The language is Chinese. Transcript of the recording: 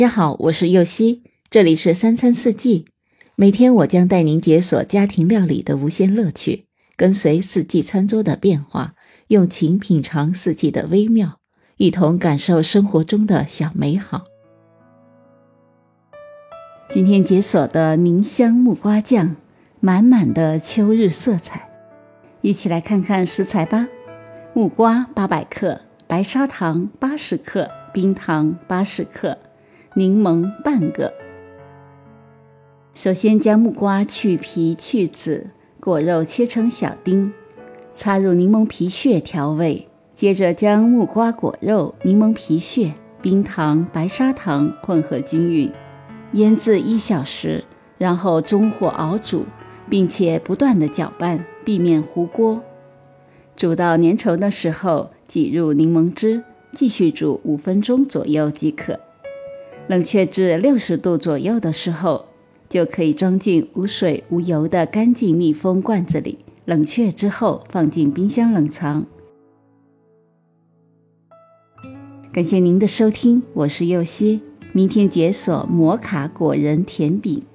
大家好，我是柚希，这里是三餐四季。每天我将带您解锁家庭料理的无限乐趣，跟随四季餐桌的变化，用情品尝四季的微妙，一同感受生活中的小美好。今天解锁的宁香木瓜酱，满满的秋日色彩。一起来看看食材吧。木瓜800克，白砂糖80克，冰糖80克，柠檬半个。首先将木瓜去皮去籽，果肉切成小丁，擦入柠檬皮屑调味。接着将木瓜果肉、柠檬皮屑、冰糖、白砂糖混合均匀，腌制1小时，然后中火熬煮，并且不断地搅拌，避免糊锅。煮到粘稠的时候，挤入柠檬汁，继续煮5分钟左右即可。冷却至60度左右的时候，就可以装进无水无油的干净密封罐子里，冷却之后放进冰箱冷藏。感谢您的收听，我是柚希，明天解锁摩卡果仁甜饼。